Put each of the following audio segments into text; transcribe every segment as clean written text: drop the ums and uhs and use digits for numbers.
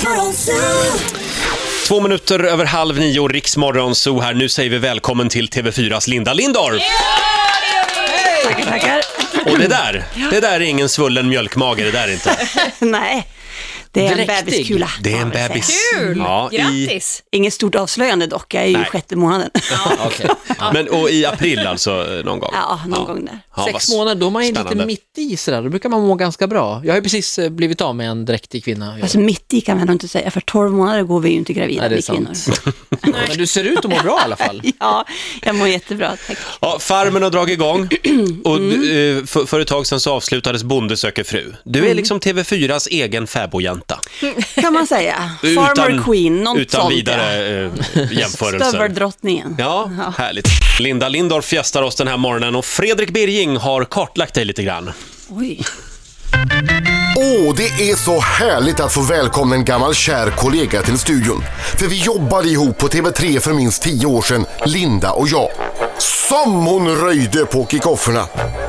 Riksmorgonzoo. 2 minuter över 8:30, Riksmorgonzoo här. Nu säger vi välkommen till TV4s Linda Lindorff. Tackar. Och det där är ingen svullen mjölkmage, det där är inte. Nej, det är en bebiskula. Det är en bebis. Kul! Ja, Grattis! Inget stort avslöjande dock, jag är ju Nej. 6:e månaden. Okay. Men och i april alltså någon gång? Ja, någon gång där. Ja, 6 månader, då är man ju lite spännande. mitt i sådär. Då brukar man må ganska bra. Jag har ju precis blivit av med en dräktig kvinna. Alltså mitt i kan man nog inte säga, för 12 månader går vi ju inte gravida. Nej, det är vi kvinnor. sant. Men du ser ut att må bra i alla fall. Ja, jag mår jättebra, tack. Ja, Farmen har dragit igång och för ett tag sedan så avslutades Bonde söker fru. Du är liksom TV4s egen fäbodjänta. Kan man säga. Farmer Queen, något utan sånt. vidare jämförelser. Stöverdrottningen. Ja, härligt. Linda Lindorff gästar oss den här morgonen och Fredrik Birging har kartlagt dig lite grann. Oj. Det är så härligt att få välkomna en gammal kär kollega till studion. För vi jobbade ihop på TV3 för minst 10 år sedan, Linda och jag. Som hon röjde på kickofferna.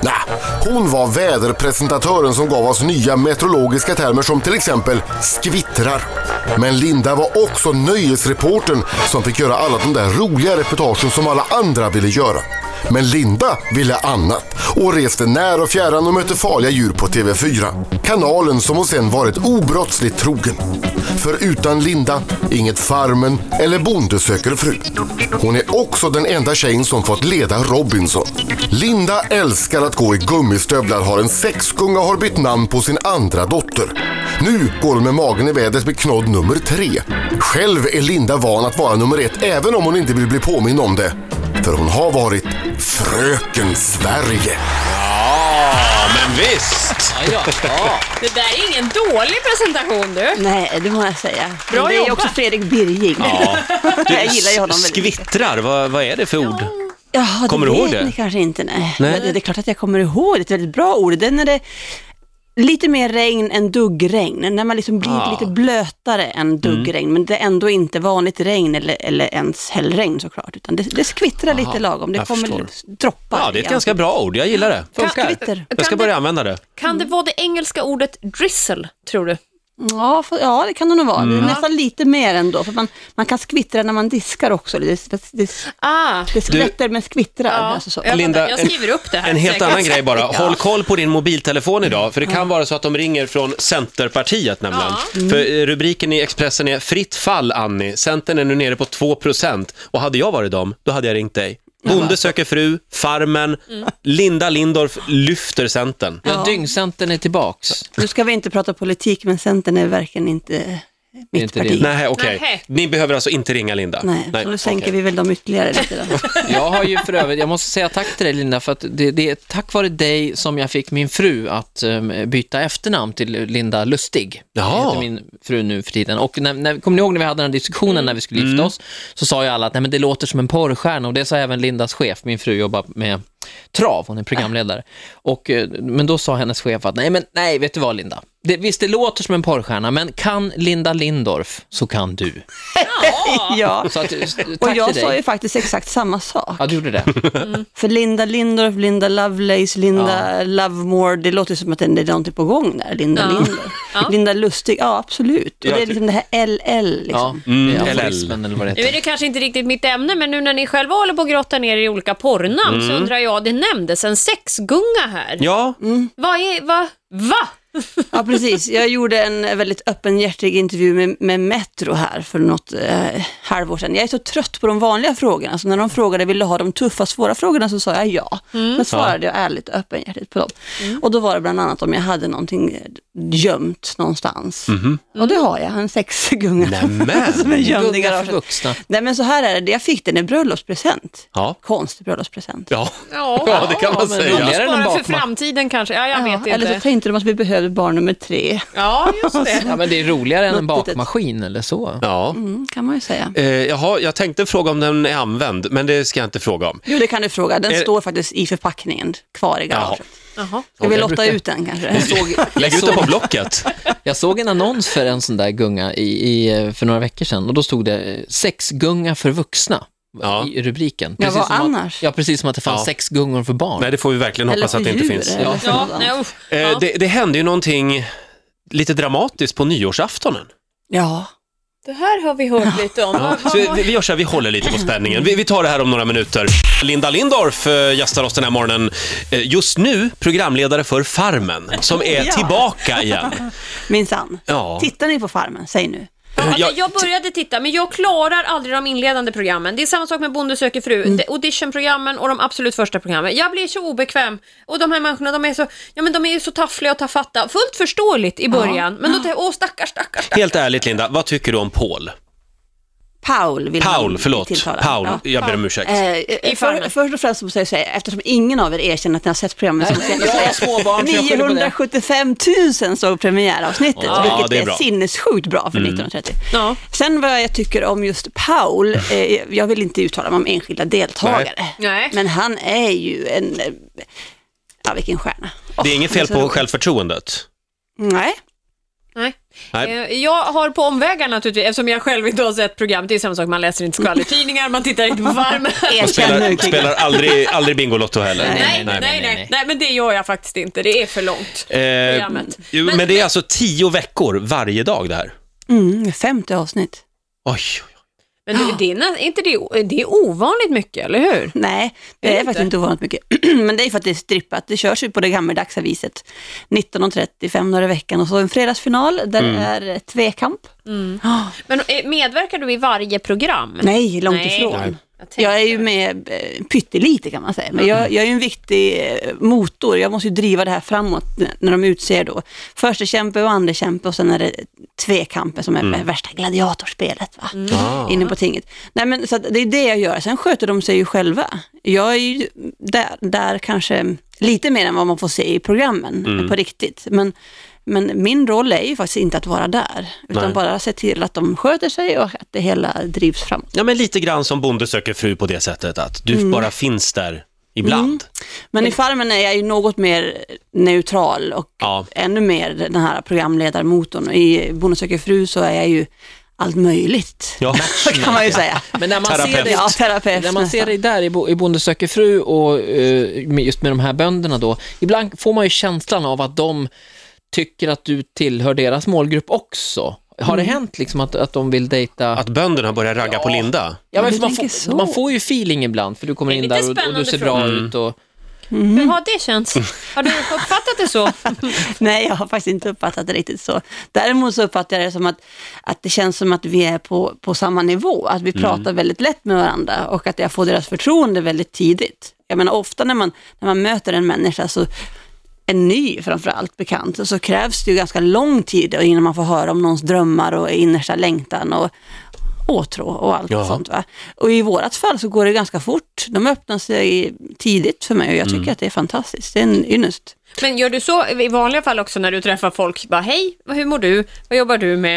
Hon var väderpresentatören som gav oss nya meteorologiska termer som till exempel skvittrar. Men Linda var också nöjesreportern som fick göra alla de där roliga reportagen som alla andra ville göra. Men Linda ville annat och reste när och fjärran och mötte farliga djur på TV4. Kanalen som hon sen varit obrottsligt trogen. För utan Linda, inget Farmen eller Bonde söker fru. Hon är också den enda tjejen som fått leda Robinson. Linda älskar att gå i gummistövlar, har en sexgunga och har bytt namn på sin andra dotter. Nu går hon med magen i vädret med knodd nummer 3. Själv är Linda van att vara nummer 1 även om hon inte vill bli påmind om det. För hon har varit Fröken Sverige. Ja, men visst! Ja. Det där är ingen dålig presentation, du. Nej, det må jag säga. Bra Men det är ju jobbat. också Fredrik Birging. Ja. Jag gillar ju honom väldigt mycket. Skvittrar, vad är det för ord? Ja, Kommer du ihåg det? Ni kanske inte, nej. Nej. Det är klart att jag kommer ihåg det. Ett väldigt bra ord. Den är det lite mer regn än duggregn. När man liksom blir lite blötare än duggregn. Men det är ändå inte vanligt regn eller ens hällregn såklart. Utan det skvittrar lite lagom. Det jag kommer förstår. droppar. Ja, det är ett ganska bra ord, jag gillar det. Skvitter. Jag ska börja använda det. Kan det vara det engelska ordet drizzle, tror du? Ja, det kan det nog vara. Det är nästan lite mer ändå. För man kan skvittra när man diskar också. Det skvätter med skvittrar. Alltså så. Linda, jag skriver upp det här. En helt säkert. annan grej bara. Håll koll på din mobiltelefon idag. För det kan vara så att de ringer från Centerpartiet nämligen. För rubriken i Expressen är fritt fall, Annie. Centern är nu nere på 2%. Och hade jag varit dem, då hade jag ringt dig. Bonde söker fru, Farmen, Linda Lindorff lyfter Centern. Ja, Dyngcentern är tillbaks. Nu ska vi inte prata politik, men Centern är verkligen inte mitt inte parti. Nej, okej. Nej. Ni behöver alltså inte ringa Linda. Nej, så då sänker vi väl dem ytterligare lite då. Jag har ju för övrigt, jag måste säga tack till dig Linda, för att det är tack vare dig som jag fick min fru att byta efternamn till Linda Lustig. Jaha. Det heter min fru nu för tiden. Och kommer ni ihåg när vi hade den här diskussionen när vi skulle gifta oss, så sa ju alla att nej, men det låter som en porrstjärna, och det sa även Lindas chef. Min fru jobbar med trav, hon är programledare. Men då sa hennes chef att nej, vet du vad Linda? Visst, det låter som en porrstjärna, men kan Linda Lindorff så kan du. Ja, Så att, och tack jag till sa dig. ju faktiskt exakt samma sak. Ja, du gjorde det. För Linda Lindorff, Linda Lovelace, Linda Lovemore, det låter som att det är någonting på gång där. Linda Lindorff. Linda Lustig, ja absolut. Och det är liksom det här LL liksom. Ja, det är LL. aforismen eller vad det Nu är heter. det kanske inte riktigt mitt ämne, men nu när ni själva håller på att grotta ner i olika porrnamn så undrar jag, det nämndes en sexgunga här. Ja, Va? Ja, precis. Jag gjorde en väldigt öppenhjärtig intervju med Metro här för något halvår sedan. Jag är så trött på de vanliga frågorna. Så när de frågade vill du ha de tuffa, svåra frågorna så sa jag ja. Men svarade jag ärligt och öppenhjärtigt på dem. Och då var det bland annat om jag hade någonting gömt någonstans. Och det har jag, en sexgunga. nämen. Som är gömd i Gunga för garaget. vuxna. Nej, men så här är det. Jag fick den i bröllopspresent. Ja. Konstig bröllopspresent. Ja, det kan man men säga. roligare än en Bara för bakma. framtiden kanske. Ja, jag vet inte. Eller så tänkte de att vi behövde barn nummer 3. Ja, just det. Ja, men det är roligare än en Något litet. bakmaskin eller så. Ja. Kan man ju säga. Jaha, jag tänkte fråga om den är använd, men det ska jag inte fråga om. Jo, det kan du fråga. Den Är- står faktiskt i förpackningen kvar i garaget. Jaha. Ska vi jag lotta brukar- ut den kanske? Lägg ut det på Blocket. Jag såg en annons för en sån där gunga för några veckor sedan, och då stod det sexgunga för vuxna. Ja. I rubriken. Ja, vad som annars? Att, precis som att det fanns Ja. 6 gungor för barn. Nej, det får vi verkligen Eller hoppas för att det inte djur, finns. eller för Ja, något annat. nej, usch. Ja. Det hände ju någonting lite dramatiskt på nyårsaftonen. Ja. Det här har vi hört lite om. Ja, så vi gör så här, vi håller lite på spänningen. Vi tar det här om några minuter. Linda Lindorff gästar oss den här morgonen. Just nu programledare för Farmen, som är tillbaka igen. Minsann. Ja. Tittar ni på Farmen? Säg nu. Jag började titta, men jag klarar aldrig de inledande programmen. Det är samma sak med Bonde söker fru, auditionprogrammen och de absolut första programmen. Jag blir så obekväm. Och de här människorna, de är ju så taffliga och tafatta. Fullt förståeligt i början. Men då stackars. Helt ärligt, Linda, vad tycker du om Paul? Paul, förlåt. tilltala. Paul, Ja. jag ber om ursäkt. Först och främst måste jag säga, eftersom ingen av er erkänner att ni har sett programmet, så måste jag säga småbarn, 975 000 såg premiäravsnittet, vilket det är är bra. sinnessjukt bra för 1930. Ja. Sen vad jag tycker om just Paul, jag vill inte uttala mig om enskilda deltagare, Nej. men han är ju vilken stjärna. Det är inget fel på självförtroendet. Nej. Nej. Jag har på omvägar naturligtvis, eftersom jag själv inte har sett program. Det är samma sak, man läser inte skvallertidningar, man tittar inte på Farmen. Spelar aldrig Bingolotto heller. Nej, men det gör jag faktiskt inte. Det är för långt. Programmet. Men det är alltså 10 veckor varje dag det här. 50 avsnitt. Oj. Men det är ovanligt mycket, eller hur? Nej, det är faktiskt inte ovanligt mycket. Men det är för att det är strippat. Det körs ju på det gammaldags viset 19:30, 5 dagar i veckan. Och så en fredagsfinal där det är tvekamp. Men medverkar du i varje program? Nej, långt ifrån. Nej. Jag är ju med pyttelite kan man säga. Men jag är ju en viktig motor. Jag måste ju driva det här framåt när de utser då första kämpe och andra kämpe, och sen är det tvekampen som är värsta gladiatorspelet, va? Inne på tinget. Nej, men så det är det jag gör. Sen sköter de sig ju själva. Jag är ju där kanske lite mer än vad man får se i programmen på riktigt. Men min roll är ju faktiskt inte att vara där, utan bara se till att de sköter sig och att det hela drivs framåt. Ja, men lite grann som Bonde söker fru på det sättet, att du bara finns där ibland. Men i Farmen är jag ju något mer neutral och ännu mer den här programledarmotorn. I Bonde söker fru så är jag ju allt möjligt, kan man ju säga. Men när man terapeut, när man ser dig där i Bonde söker fru och just med de här bönderna då, ibland får man ju känslan av att de tycker att du tillhör deras målgrupp också. Har det hänt liksom att de vill dejta? Att bönderna börjar ragga på Linda? Ja, men man får ju feeling ibland, för du kommer in där och du ser bra ut. Och... Hur har det känts? Har du uppfattat det så? Nej, jag har faktiskt inte uppfattat det riktigt så. Däremot så uppfattar jag det som att det känns som att vi är på samma nivå. Att vi pratar väldigt lätt med varandra och att jag får deras förtroende väldigt tidigt. Jag menar, ofta när man möter en människa, så en ny framförallt bekant, så krävs det ju ganska lång tid innan man får höra om någons drömmar och innersta längtan och åtrå och allt sånt, va? Och i vårat fall så går det ganska fort. De öppnar sig tidigt för mig och jag tycker att det är fantastiskt. Det är en ynnest. Men gör du så i vanliga fall också när du träffar folk? Bara, hej, hur mår du? Vad jobbar du med?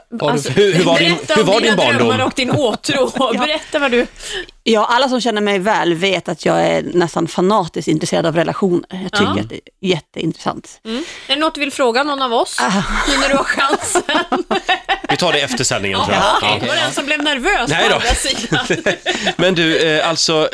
Hur var din barndom? Och din åtrå. Berätta vad du... Ja, alla som känner mig väl vet att jag är nästan fanatiskt intresserad av relationer. Jag tycker att det är jätteintressant. Är det något du vill fråga någon av oss? Nu när du har chansen. Vi tar det efter sändningen, tror jag. Ja, det var den som blev nervös på andra sidan. Men du, alltså,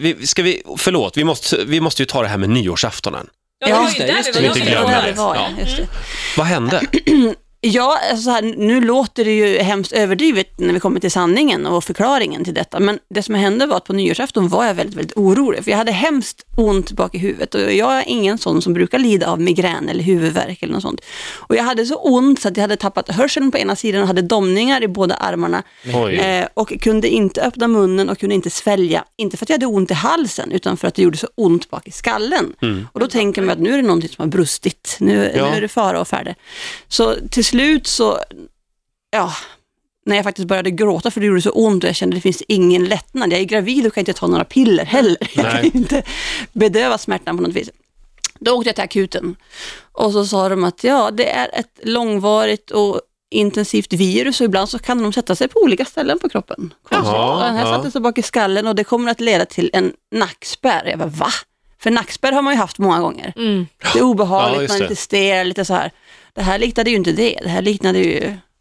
vi måste ju ta det här med nyårsaftonen. Just det. Vad hände? Ja, så här, nu låter det ju hemskt överdrivet när vi kommer till sanningen och förklaringen till detta. Men det som hände var att på nyårsafton var jag väldigt, väldigt orolig. För jag hade hemskt ont bak i huvudet. Och jag är ingen sån som brukar lida av migrän eller huvudvärk eller något sånt. Och jag hade så ont så att jag hade tappat hörseln på ena sidan och hade domningar i båda armarna. Och kunde inte öppna munnen och kunde inte svälja. Inte för att jag hade ont i halsen, utan för att det gjorde så ont bak i skallen. Och då tänker man att nu är det någonting som har brustit. Nu är det fara och färde. Så till slut så, när jag faktiskt började gråta för det gjorde så ont och jag kände att det finns ingen lättnad. Jag är gravid och kan inte ta några piller heller. Jag kan inte bedöva smärtan på något vis. Då åkte jag till akuten och så sa de att det är ett långvarigt och intensivt virus och ibland så kan de sätta sig på olika ställen på kroppen. Den här satte sig bak i skallen och det kommer att leda till en nackspärr. Jag bara, va? För nackspärr har man ju haft många gånger. Det är obehagligt, man är lite stel, lite så här. Det här liknade ju inte det. Det här liknade ju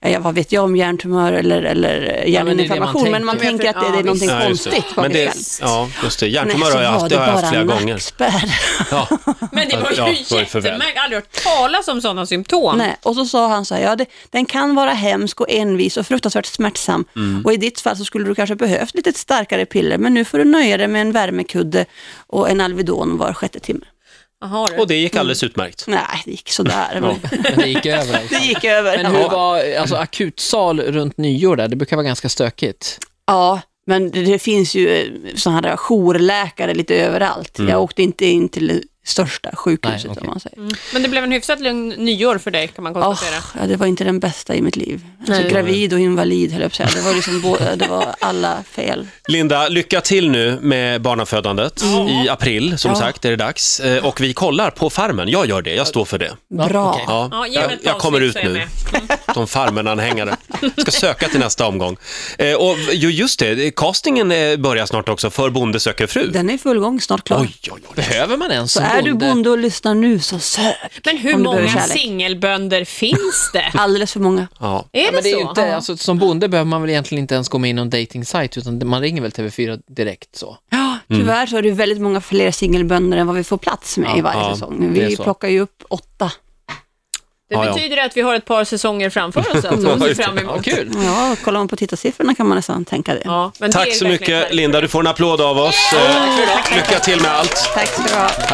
vad vet jag om hjärntumör eller hjärninflammation, men man tänker att det är någonting konstigt. Men just det. Hjärntumör har jag haft flera gånger. Ja. Men det var ju jättemärkt. Jag har aldrig hört talas om sådana symptom. Nej, och så sa han så här, den kan vara hemsk och envis och fruktansvärt smärtsam. Och i ditt fall så skulle du kanske behövt lite starkare piller, men nu får du nöja dig med en värmekudde och en Alvedon var 6:e timme. Aha, och det gick alldeles utmärkt. Nej, det gick sådär. Men det gick över. Alltså. Det gick över. Men hur var akutsal runt nyår där? Det brukar vara ganska stökigt. Ja, men det finns ju sådana här jourläkare lite överallt. Jag åkte inte in till det största sjukhuset. Om man säger. Men det blev en hyfsat lugn nyår för dig, kan man konstatera. Ja, det var inte den bästa i mitt liv. Alltså, gravid och invalid, höll jag på att säga. Det var liksom det var alla fel. Linda, lycka till nu med barnafödandet. I april, som sagt, är det dags. Och vi kollar på Farmen. Jag gör det, jag står för det. Bra. Okay. Jag kommer ut nu som Farmen-anhängare. Ska söka till nästa omgång. Och just det, castingen börjar snart också för Bonde söker fru. Den är full gång, snart klar. Oj. Behöver man ens så är du bonde och lyssnar nu, så sök. Men hur många singelbönder finns det? Alldeles för många. Ja. Är det men det är så? ju inte, alltså, som bonde behöver man väl egentligen inte ens gå med i någon dating-sajt, utan man ringer väl TV4 direkt så. Ja, tyvärr så är det väldigt många fler singelbönder än vad vi får plats med i varje säsong. Vi plockar ju upp 8. Det betyder att vi har ett par säsonger framför oss. Alltså, fram emot. Kul. Ja, kollar man på tittarsiffrorna kan man nästan tänka det. Ja, men tack så mycket, Linda. Du får en applåd av oss. Lycka till med allt. Tack ska du ha.